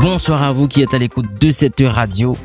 Bonsoir à vous qui êtes à l'écoute de cette radio,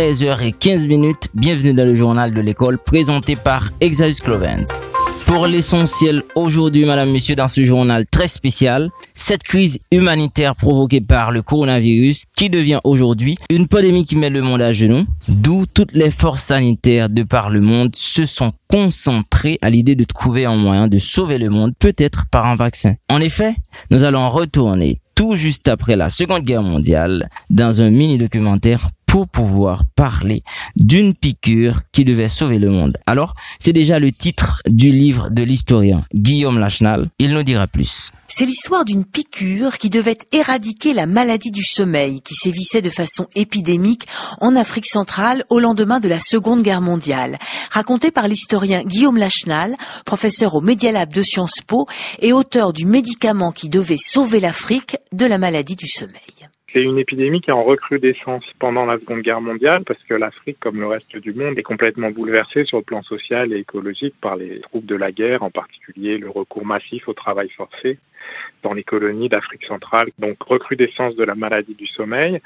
13h15. Bienvenue dans le journal de l'école présenté par Exaïus Clovens. Pour l'essentiel aujourd'hui, madame, monsieur, dans ce journal très spécial, cette crise humanitaire provoquée par le coronavirus qui devient aujourd'hui une pandémie qui met le monde à genoux, d'où toutes les forces sanitaires de par le monde se sont concentrées à l'idée de trouver un moyen de sauver le monde, peut-être par un vaccin. En effet, nous allons retourner tout juste après la Seconde Guerre mondiale dans un mini-documentaire pour pouvoir parler d'une piqûre qui devait sauver le monde. Alors, c'est déjà le titre du livre de l'historien Guillaume Lachenal. Il nous dira plus. C'est l'histoire d'une piqûre qui devait éradiquer la maladie du sommeil qui sévissait de façon épidémique en Afrique centrale au lendemain de la Seconde Guerre mondiale. Racontée par l'historien Guillaume Lachenal, professeur au Media Lab de Sciences Po et auteur du médicament qui devait sauver l'Afrique de la maladie du sommeil. C'est une épidémie qui est en recrudescence pendant la Seconde Guerre mondiale parce que l'Afrique, comme le reste du monde, est complètement bouleversée sur le plan social et écologique par les troubles de la guerre, en particulier le recours massif au travail forcé dans les colonies d'Afrique centrale. Donc recrudescence de la maladie du sommeil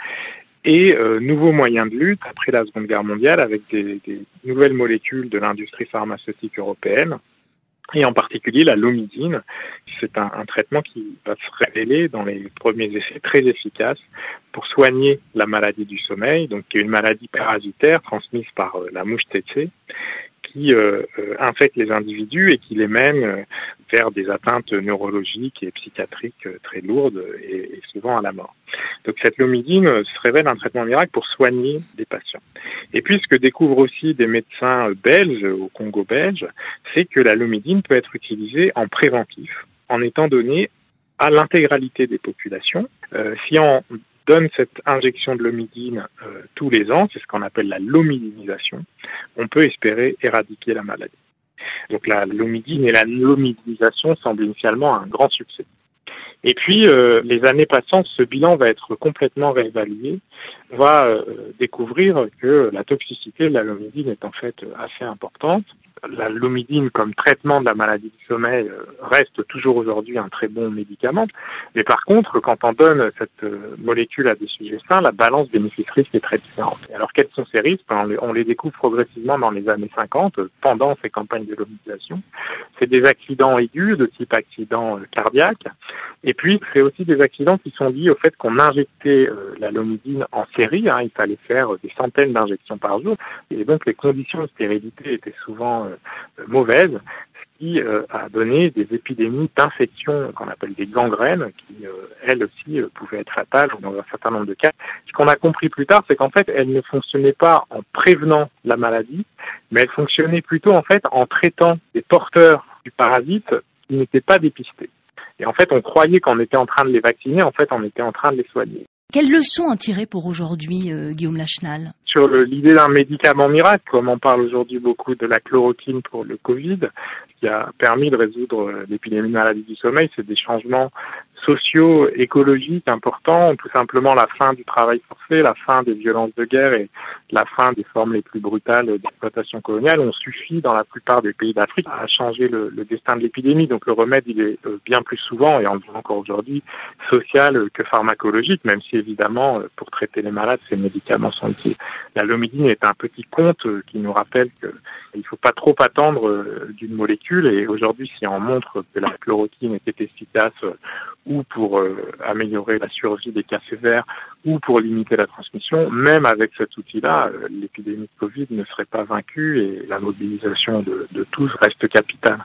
et nouveaux moyens de lutte après la Seconde Guerre mondiale avec des nouvelles molécules de l'industrie pharmaceutique européenne. Et en particulier la lomidine, c'est un traitement qui va se révéler dans les premiers essais très efficace pour soigner la maladie du sommeil, donc qui est une maladie parasitaire transmise par la mouche tsetse, qui infecte les individus et qui les mène vers des atteintes neurologiques et psychiatriques très lourdes et souvent à la mort. Donc cette lomidine se révèle un traitement miracle pour soigner des patients. Et puis ce que découvrent aussi des médecins belges au Congo belge, c'est que la lomidine peut être utilisée en préventif, en étant donnée à l'intégralité des populations. Si on donne cette injection de lomidine tous les ans, c'est ce qu'on appelle la lomidinisation, on peut espérer éradiquer la maladie. Donc la lomidine et la lomidinisation semblent initialement un grand succès. Et puis, les années passant, ce bilan va être complètement réévalué. On va découvrir que la toxicité de la lomidine est en fait assez importante. La lomidine comme traitement de la maladie du sommeil reste toujours aujourd'hui un très bon médicament. Mais par contre, quand on donne cette molécule à des sujets sains, la balance bénéfice-risque est très différente. Et alors, quels sont ces risques ? On les découvre progressivement dans les années 50, pendant ces campagnes de lominisation. C'est des accidents aigus de type accident cardiaque. Et puis, c'est aussi des accidents qui sont liés au fait qu'on injectait la lomidine en série. Il fallait faire des centaines d'injections par jour. Et donc, les conditions de stérilité étaient souvent mauvaises, ce qui a donné des épidémies d'infections qu'on appelle des gangrènes, qui, elles aussi, pouvaient être fatales dans un certain nombre de cas. Ce qu'on a compris plus tard, c'est qu'en fait, elles ne fonctionnaient pas en prévenant la maladie, mais elles fonctionnaient plutôt, en fait, en traitant des porteurs du parasite qui n'étaient pas dépistés. Et en fait, on croyait qu'on était en train de les vacciner, en fait, on était en train de les soigner. Quelles leçons en tirer pour aujourd'hui, Guillaume Lachenal ? Sur l'idée d'un médicament miracle, comme on parle aujourd'hui beaucoup de la chloroquine pour le Covid, qui a permis de résoudre l'épidémie de maladie du sommeil, c'est des changements sociaux, écologiques importants, tout simplement la fin du travail forcé, la fin des violences de guerre et la fin des formes les plus brutales d'exploitation coloniale ont suffi dans la plupart des pays d'Afrique à changer le destin de l'épidémie. Donc le remède, il est bien plus souvent, et on le voit encore aujourd'hui, social que pharmacologique, même si évidemment, pour traiter les malades, ces médicaments sont utiles. La lomidine est un petit conte qui nous rappelle qu'il ne faut pas trop attendre d'une molécule. Et aujourd'hui, si on montre que la chloroquine était efficace ou pour améliorer la survie des cas sévères ou pour limiter la transmission, même avec cet outil-là, l'épidémie de Covid ne serait pas vaincue et la mobilisation de tous reste capitale.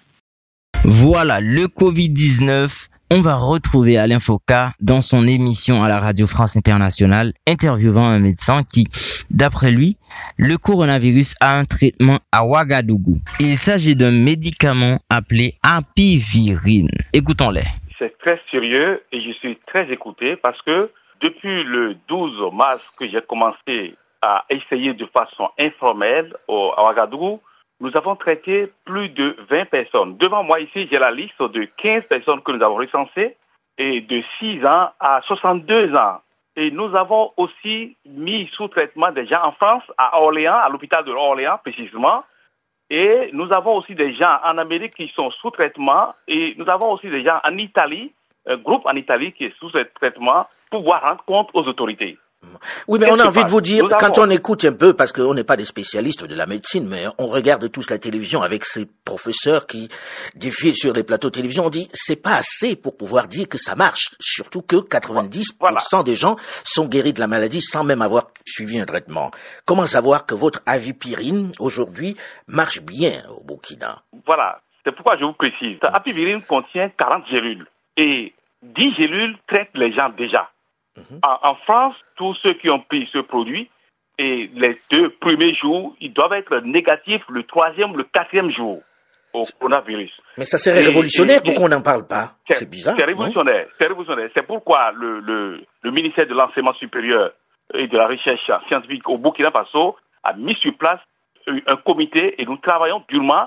Voilà, le Covid-19. On va retrouver Alain Foka dans son émission à la Radio France Internationale, interviewant un médecin qui, d'après lui, le coronavirus a un traitement à Ouagadougou. Il s'agit d'un médicament appelé apivirine. Écoutons-les. C'est très sérieux et je suis très écouté parce que depuis le 12 mars que j'ai commencé à essayer de façon informelle à Ouagadougou, nous avons traité plus de 20 personnes. Devant moi ici, j'ai la liste de 15 personnes que nous avons recensées et de 6 ans à 62 ans. Et nous avons aussi mis sous traitement des gens en France, à Orléans, à l'hôpital de Orléans précisément. Et nous avons aussi des gens en Amérique qui sont sous traitement. Et nous avons aussi des gens en Italie, un groupe en Italie qui est sous traitement pour pouvoir rendre compte aux autorités. Oui, mais on a envie de vous dire, quand on écoute un peu, parce qu'on n'est pas des spécialistes de la médecine, mais on regarde tous la télévision avec ces professeurs qui défilent sur les plateaux de télévision, on dit, c'est pas assez pour pouvoir dire que ça marche. Surtout que 90% des gens sont guéris de la maladie sans même avoir suivi un traitement. Comment savoir que votre avipirine, aujourd'hui, marche bien au Burkina? Voilà. C'est pourquoi je vous précise. Avipirine contient 40 gélules. Et 10 gélules traitent les gens déjà. En France, tous ceux qui ont pris ce produit, et les 2 premiers jours, ils doivent être négatifs le 3e, le 4e jour au coronavirus. Mais ça serait révolutionnaire, pourquoi on n'en parle pas? C'est bizarre. C'est révolutionnaire. C'est révolutionnaire. C'est pourquoi le ministère de l'Enseignement supérieur et de la Recherche scientifique au Burkina Faso a mis sur place un comité et nous travaillons durement.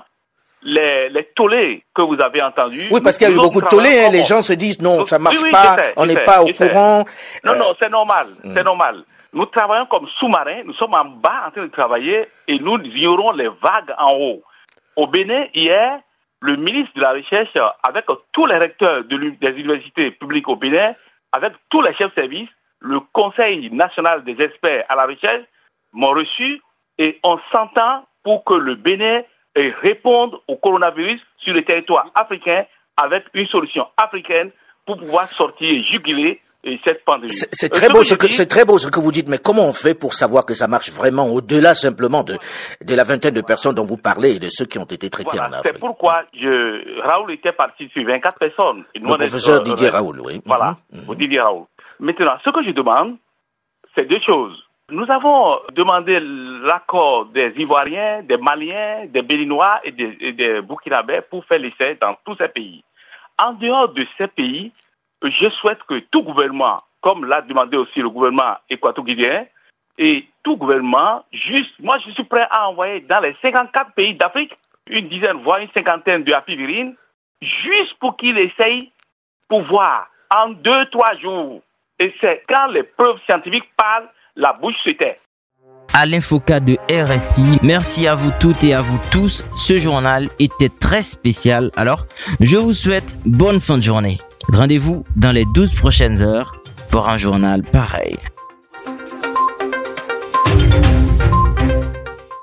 Les tollés que vous avez entendus. Oui, parce qu'il y a eu beaucoup de tollés, les gens se disent non, ça marche pas, on n'est pas au courant. Non, c'est normal, c'est normal. Nous travaillons comme sous-marins, nous sommes en bas en train de travailler et nous ignorons les vagues en haut. Au Bénin, hier, le ministre de la Recherche, avec tous les recteurs des universités publiques au Bénin, avec tous les chefs de service, le Conseil national des experts à la recherche m'ont reçu et on s'entend pour que le Bénin répondre au coronavirus sur le territoire africain avec une solution africaine pour pouvoir sortir et juguler cette pandémie. C'est très beau ce que vous dites, mais comment on fait pour savoir que ça marche vraiment au-delà simplement de la vingtaine de personnes dont vous parlez et de ceux qui ont été traités en Afrique? C'est pourquoi Raoul était parti sur 24 personnes. Et le professeur Didier Raoul, oui. Voilà, Didier Raoul. Maintenant, ce que je demande, c'est 2 choses. Nous avons demandé l'accord des Ivoiriens, des Maliens, des Béninois et des Burkinabés pour faire l'essai dans tous ces pays. En dehors de ces pays, je souhaite que tout gouvernement, comme l'a demandé aussi le gouvernement équato-guinéen, et tout gouvernement, moi je suis prêt à envoyer dans les 54 pays d'Afrique une dizaine, voire une cinquantaine de apivirines, juste pour qu'ils essayent pour voir en 2-3 jours. Et c'est quand les preuves scientifiques parlent, la bouche se tait. Alain Foka de RFI, merci à vous toutes et à vous tous. Ce journal était très spécial. Alors, je vous souhaite bonne fin de journée. Rendez-vous dans les 12 prochaines heures pour un journal pareil.